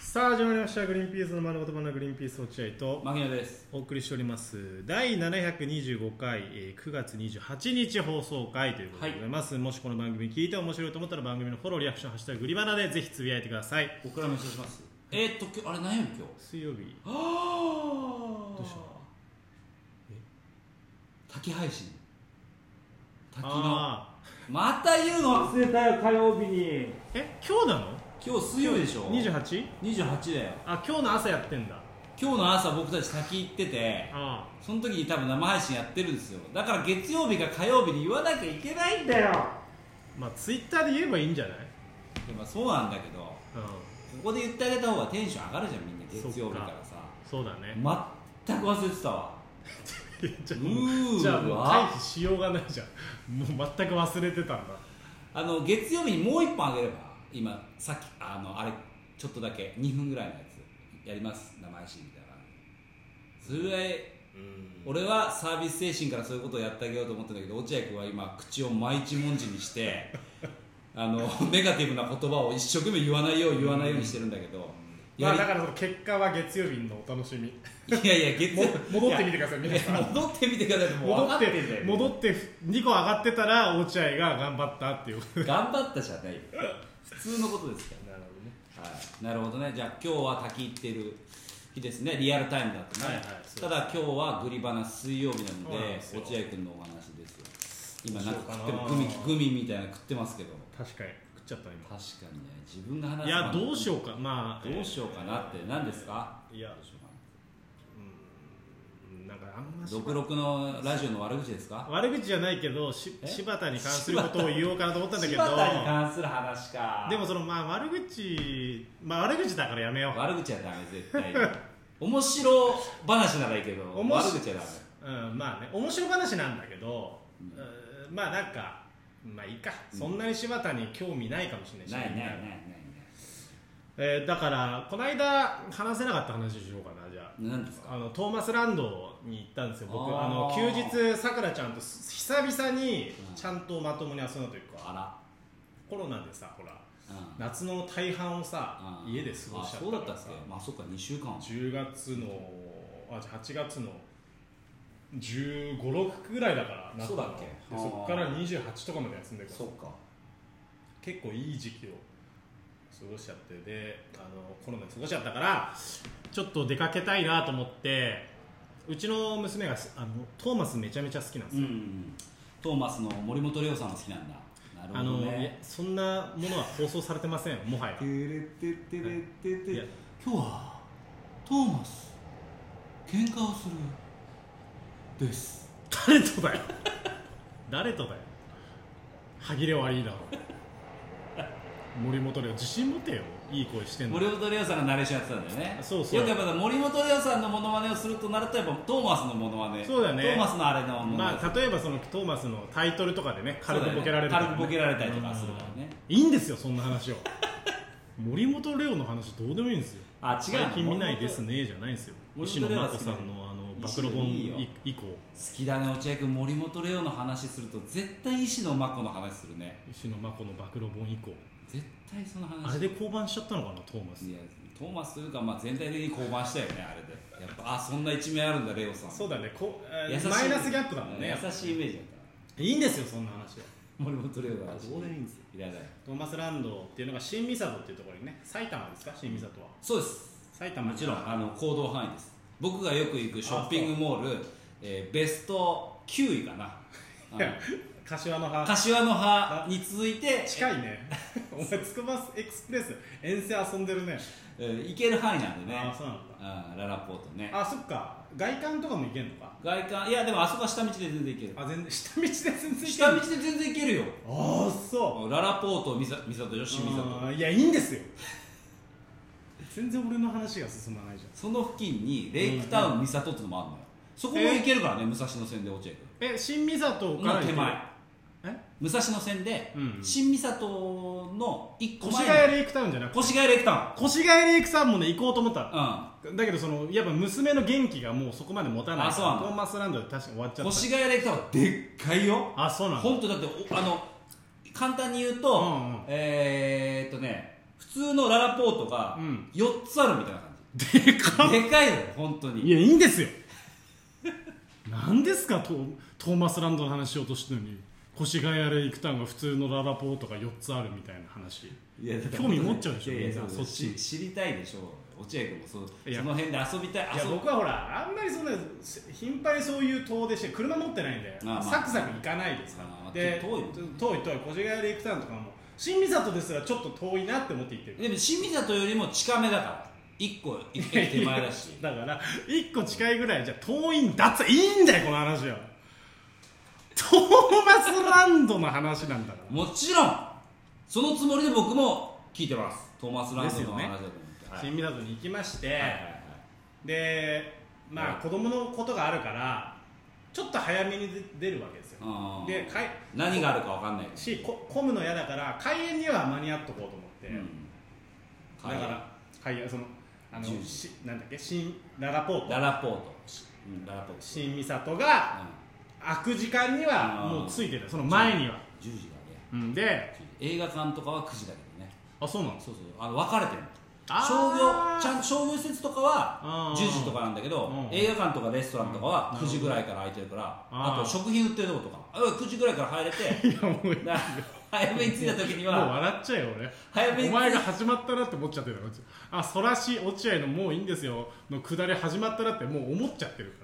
さあ始まりました。グリーンピースの丸言葉のグリーンピース落合と牧野です。 お送りしております第725回、9月28日放送回ということでございます、はい、もしこの番組聞いて面白いと思ったら番組のフォローリアクションハッシュタググリバナでぜひつぶやいてください。 僕からもお願いします。今日あれ何曜日今日水曜日。 どうした滝配信滝のまた言うの忘れたよ。火曜日に今日なの？ 今日水曜日でしょ。 28？28 だよ。 今日の朝やってんだ。 今日の朝僕たち滝行ってて、その時に多分生配信やってるんですよ。だから月曜日か火曜日に言わなきゃいけないんだよ。 まあツイッターで言えばいいんじゃない？ まあそうなんだけど、ここで言ってあげた方がテンション上がるじゃん。みんな月曜日からさ。 そうだね。 全く忘れてたわ。 じゃあもう回避しようがないじゃん。もう全く忘れてたんだ。 月曜日にもう1本あげれば、今さっきあれちょっとだけ2分ぐらいのやつやります生配信みたいな。それぐらい俺はサービス精神からそういうことをやってあげようと思ってるんだけど、落合君は今口を真一文字にしてネガティブな言葉を一生懸命言わないようにしてるんだけど、 だからその結果は月曜日のお楽しみ。 いや月曜戻ってみてください。皆さん戻ってみてください。もう分かってんだよ。 戻って2個上がってたら落合が頑張ったっていう。 頑張ったじゃないよ。普通のことですから。なるほどね。はい。なるほどね。じゃあ今日は滝行ってる日ですね。リアルタイムだとね。はいはい、ただ今日はグリバナ水曜日なので、落合君のお話ですよ。今なんか食ってもグミみたいなの食ってますけど。 確かに食っちゃった今。 確かにね。自分が話す。 いやどうしようか。 どうしようかなって何ですか。いや。 なんかあんま 66のラジオの悪口ですか。 悪口じゃないけど柴田に関することを言おうかなと思ったんだけど、 柴田に関する話か。 でもその悪口だからやめよう。 悪口はダメ絶対に。面白話ならいいけど悪口はダメ。 まあね面白話なんだけど、まあなんかまあいいか、そんなに柴田に興味ないかもしれないし、ないだからこの間話せなかった話しようかな。じゃあ何ですか。 トーマスランドに行ったんですよ僕。休日さくらちゃんと久々にちゃんとまともに遊んだというか、コロナでさほら、夏の大半をさ家で過ごしちゃったからさ。 そうだったっけ。まあそっか2週間。 10月の8月の15、6ぐらいだから。 そうだっけ。 でそっから28とかまで休んでるから。 そうか。結構いい時期を過ごしちゃって、でコロナで過ごしちゃったからちょっと出かけたいなと思って、うちの娘がトーマスめちゃめちゃ好きなんですよ、 トーマスの森本レオさんが好きなんだ。なるほどね。 そんなものは放送されてませんもはや。今日はトーマス喧嘩をするです。 誰とだよ誰とだよ。歯切れ悪いな森本レオ自信持てよ。いい声してんの。 森本レオさんがナレーションやってたんだよね。 そうそう。 よくやっぱ森本レオさんのモノマネをするとなるとやっぱトーマスのモノマネ。 そうだね。 トーマスのあれのモノマネ。 例えばそのトーマスのタイトルとかでね軽くボケられる、 軽くボケられたりとかするからね。 いいんですよそんな話を森本レオの話どうでもいいんですよ。 違う。 最近見ないですねじゃないんですよ。石野真子さんの暴露本以降。好きだね落合君。森本レオの話すると絶対石野真子の話するね。 石野真子の暴露本以降絶対その話。 あれで降板しちゃったのかなトーマス。 いやトーマスというか、全体的に降板したよねあれで。やっぱそんな一面あるんだレオさん。 そうだね。マイナスギャップだもんね。 優しいイメージだった。 いいんですよそんな話は。 森本レオがどうでもいいんですよ。トーマスランドっていうのが新三郷っていうところにね。埼玉ですか新三郷は。 そうです。 埼玉もちろん行動範囲です。僕がよく行くショッピングモール、ベスト9位かな。 柏の葉に続いて近いねお前つくばエクスプレス遠征遊んでるね。 行ける範囲なんでね。 そうなんだ。 ララポートね。 そっか。外観とかも行けんのか。 外観いやでもあそこは下道で全然行ける。 全然下道で全然行ける。 下道で全然行けるよ。 そうララポート三郷よし三郷。 いやいいんですよ全然俺の話が進まないじゃん。 その付近にレイクタウン三郷ってのもあるのよ。そこも行けるからね。武蔵野線で落合君。 新三郷から手前。武蔵野線で新三郷の1個前。 越谷レイクタウンじゃなくて越谷レイクタウン。 越谷レイクタウンもね行こうと思っただけどやっぱ娘の元気がもうそこまで持たない。トーマスランドで確かに終わっちゃった。 越谷レイクタウンはでっかいよ。 そうなの。 本当だって簡単に言うと普通のララポートが4つあるみたいな感じ、 でかっ、 でかいのよ本当に。 いやいいんですよなんですかトーマスランドの話しようとしてるのに越谷レイクタウンが普通のララポートが4つあるみたいな話。 いや興味持っちゃうでしょ。 いやいやそっち知りたいでしょ。落合君もその辺で遊びたい。 いや僕はほらあんまりそんな頻繁にそういう遠出して車持ってないんで、サクサク行かないですから。で遠い越谷レイクタウンとかも新三郷ですらちょっと遠いなって思って行ってる。 でも新三郷よりも近めだから1個駅手前だしだから1個近いぐらいじゃ遠いんだっついいんだよこの話は。トーマスランドの話なんだから。 もちろんそのつもりで僕も聞いてます。トーマスランドの話だと思って、 新三郷に行きまして、でまあ子供のことがあるからちょっと早めに出るわけですよ。で何があるか分かんないし混むの嫌だから開園には間に合っとこうと思って、だから開園なんだっけ新ララポート新三郷が開く時間にはもうついてた、その前には 10時だね。 で映画館とかは9時だけどね。 あ、そうなの。 そう分かれてる。ちゃんと商業施設とかは10時とかなんだけど、映画館とかレストランとかは9時ぐらいから開いてるから、あと食品売ってるとことか9時ぐらいから入れていやもう早めに着いた時にはもう笑っちゃうよ俺。早めにお前が始まったなって思っちゃってるから、そらし落合のもういいんですよの下り始まったなってもう思っちゃってるから、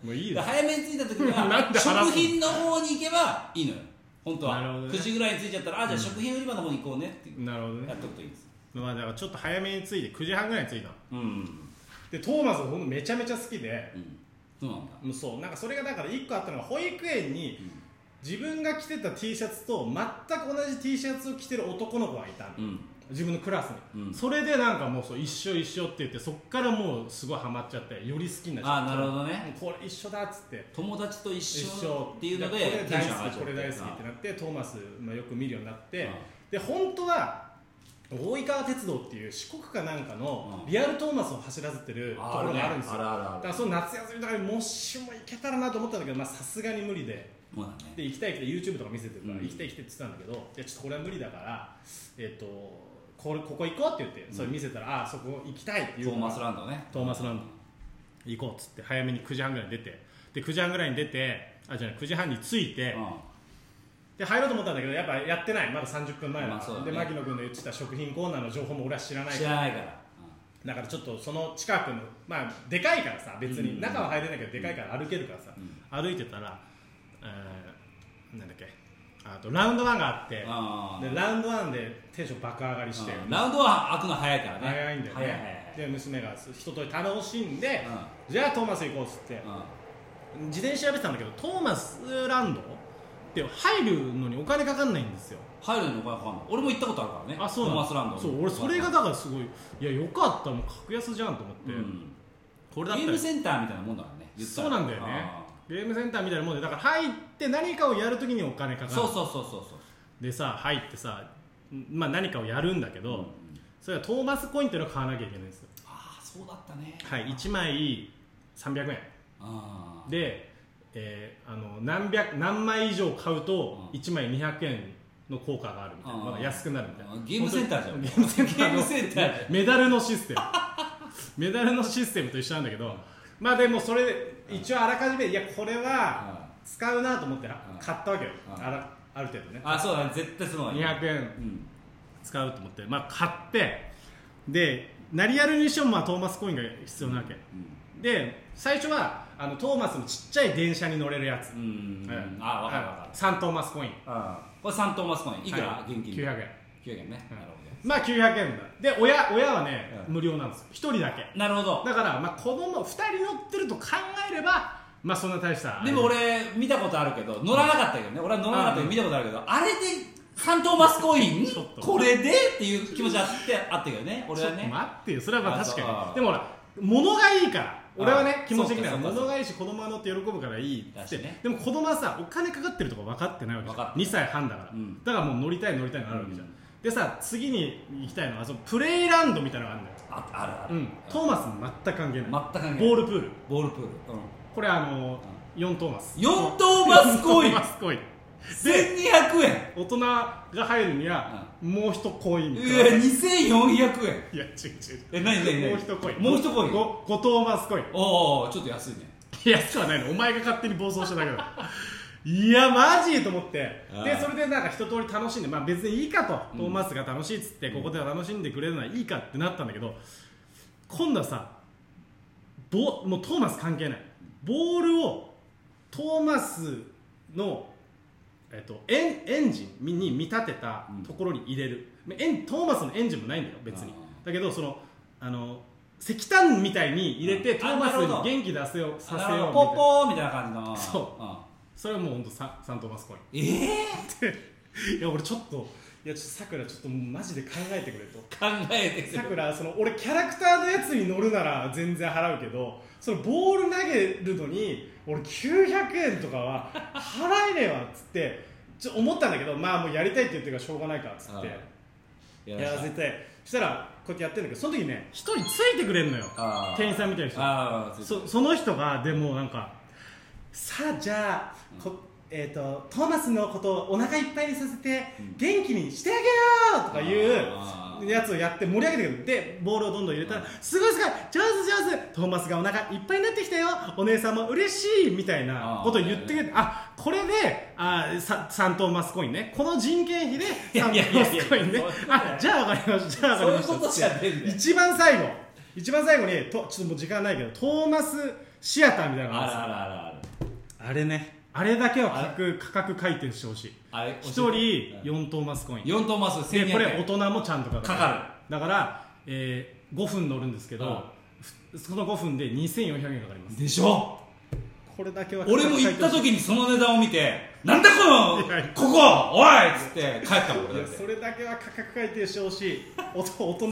もういいです。 早めに着いた時には食品の方に行けばいいのよ本当は。9時ぐらいに着いちゃったらじゃあ食品売り場の方に行こうねってなるほどね、 やっとくといいです。 まあだからちょっと早めに着いて9時半ぐらいに着いたの、でトーマスほんとめちゃめちゃ好きで、 そうなんだ。 そうなんかそれがだから1個あったのが保育園に自分が着てた T シャツと全く同じ T シャツを着てる男の子がいたの、自分のクラスに、それでなんかもう一緒一緒って言ってそっからもうすごいハマっちゃってより好きになっちゃって。 なるほどね。 これ一緒だっつって友達と一緒っていうのでこれ大好きってなってトーマス、よく見るようになって、で本当は大井川鉄道っていう四国かなんかのリアルトーマスを走らせてるところがあるんですよ。だからその夏休みとかにもしも行けたらなと思ったんだけど、さすがに無理で、で行きたいって YouTube とか見せてるから、行きたいって言ってたんだけど、いやちょっとこれは無理だからここ行こうって言ってそれ見せたら、そこ行きたいっていうトーマスランドね。 トーマスランド行こうっつって早めに9時半ぐらいに出て、で9時半ぐらいに出て9時半に着いて、で入ろうと思ったんだけどやっぱやってない、まだ30分前だから、で牧野君の言ってた食品コーナーの情報も俺は知らないから、だからちょっとその近くのでかいからさ、別に中は入れないけどでかいから歩けるからさ、歩いてたらなんだっけ、ラウンドワンがあって、でラウンドワンでテンション爆上がりして、 ラウンドワン開くの早いからね。 早いんだよね。で娘が一通り楽しんで、じゃあトーマス行こうっつって、自転車調べてたんだけどトーマスランドって入るのにお金かかんないんですよ。 入るのにお金かかんない。俺も行ったことあるからね。 そうトーマスランド。 そう俺それがだからすごい、いやよかった、もう格安じゃんと思って、 これだったらゲームセンターみたいなもんだからね。 そうなんだよね。ゲームセンターみたいなもんで、だから入って何かをやるときにお金かかる。そうでさ、入ってさ、何かをやるんだけど、それはトーマスコインっていうのを買わなきゃいけないんですよ。 そうだったね。 はい、1枚300円で、何枚以上買うと1枚200円の効果があるみたいな、安くなるみたいな。 ゲームセンターじゃん。 ゲームセンターメダルのシステムメダルのシステムと一緒なんだけど、でもそれ一応あらかじめ、いやこれは使うなと思って買ったわけよ、ある程度ね。 そうだね、絶対そうだね。 200円使うと思って、買って、で何やるにしてもトーマスコインが必要なわけ、で最初はトーマスのちっちゃい電車に乗れるやつ、 分かる分かる、 3トーマスコイン、 これ3トーマスコインいくら現金で？900 円ね。 900円だ。で親はね無料なんですよ、1人だけ。 なるほど。 だから子供2人乗ってると考えればそんな大した。 でも俺見たことあるけど乗らなかったけどね、俺は乗らなかったけど見たことあるけど、あれで3トーマスコインこれでっていう気持ちあったけどね、俺はね。 ちょっと待ってよ、それは確かに。でもほら物がいいから、俺はね気持ち的には物がいいし子供が乗って喜ぶからいいって、でも子供はさお金かかってるとか分かってないわけじゃん、2歳半だから、だからもう乗りたいのあるわけじゃん。でさ、次に行きたいのはプレイランドみたいなのがあるんだよ。 ある。 トーマス全く関係ない。 全く関係ない。 ボールプール。これ4トーマス。 4トーマスコイン。 1200円。 大人が入るにはもう一コイン 2400円。 いや違う違う、 何もう一コイン、 もう一コイン、 5トーマスコイン。 おお、ちょっと安いね。 安くはないの、お前が勝手に暴走しただけだいやマジと思って、でそれでなんか一通り楽しんで、まあ別にいいかと、トーマスが楽しいっつって、ここでは楽しんでくれるのはいいかってなったんだけど、今度はさ、もうトーマス関係ない、ボールをトーマスの、エンジンに見立てたところに入れる、トーマスのエンジンもないんだよ別に、だけどその石炭みたいに入れてトーマスに元気出せよさせようポッポーみたいな感じの。 そう、それはもうほんとサントーマスコイン。いや俺ちょっとさくらちょっとマジで考えてくれと。 考えてくれさくら、俺キャラクターのやつに乗るなら全然払うけど、そのボール投げるのに俺900円とかは払えねえわっつって思ったんだけど、まあもうやりたいって言ってるからしょうがないかっつってやらせて、そしたらこうやってやってるんだけど、その時にね一人ついてくれるのよ、店員さんみたいな人。その人がでもなんか、さあじゃあトーマスのことをお腹いっぱいにさせて元気にしてあげようとかいうやつをやって盛り上げてくる。でボールをどんどん入れたら、すごいすごい上手上手、トーマスがお腹いっぱいになってきたよ、お姉さんも嬉しいみたいなことを言ってくれて、あ、これでサントーマスコインね、この人件費でサントーマスコインね、あ、じゃあ分かりました、じゃあ分かりました。そういうことじゃねえんだよ。一番最後にちょっともう時間ないけど、トーマスシアターみたいなのがあるんですよ。あれね、あれだけは価格改定してほしい。1人4トーマスコイン、 4トーマス1000円で、これ大人もちゃんとかかる。 だから、5分乗るんですけど、その5分で2400円かかります。 でしょ。 これだけは俺も行った時にその値段を見て、なんだここおいっつって帰ったもん。 それだけは価格改定してほしい。大人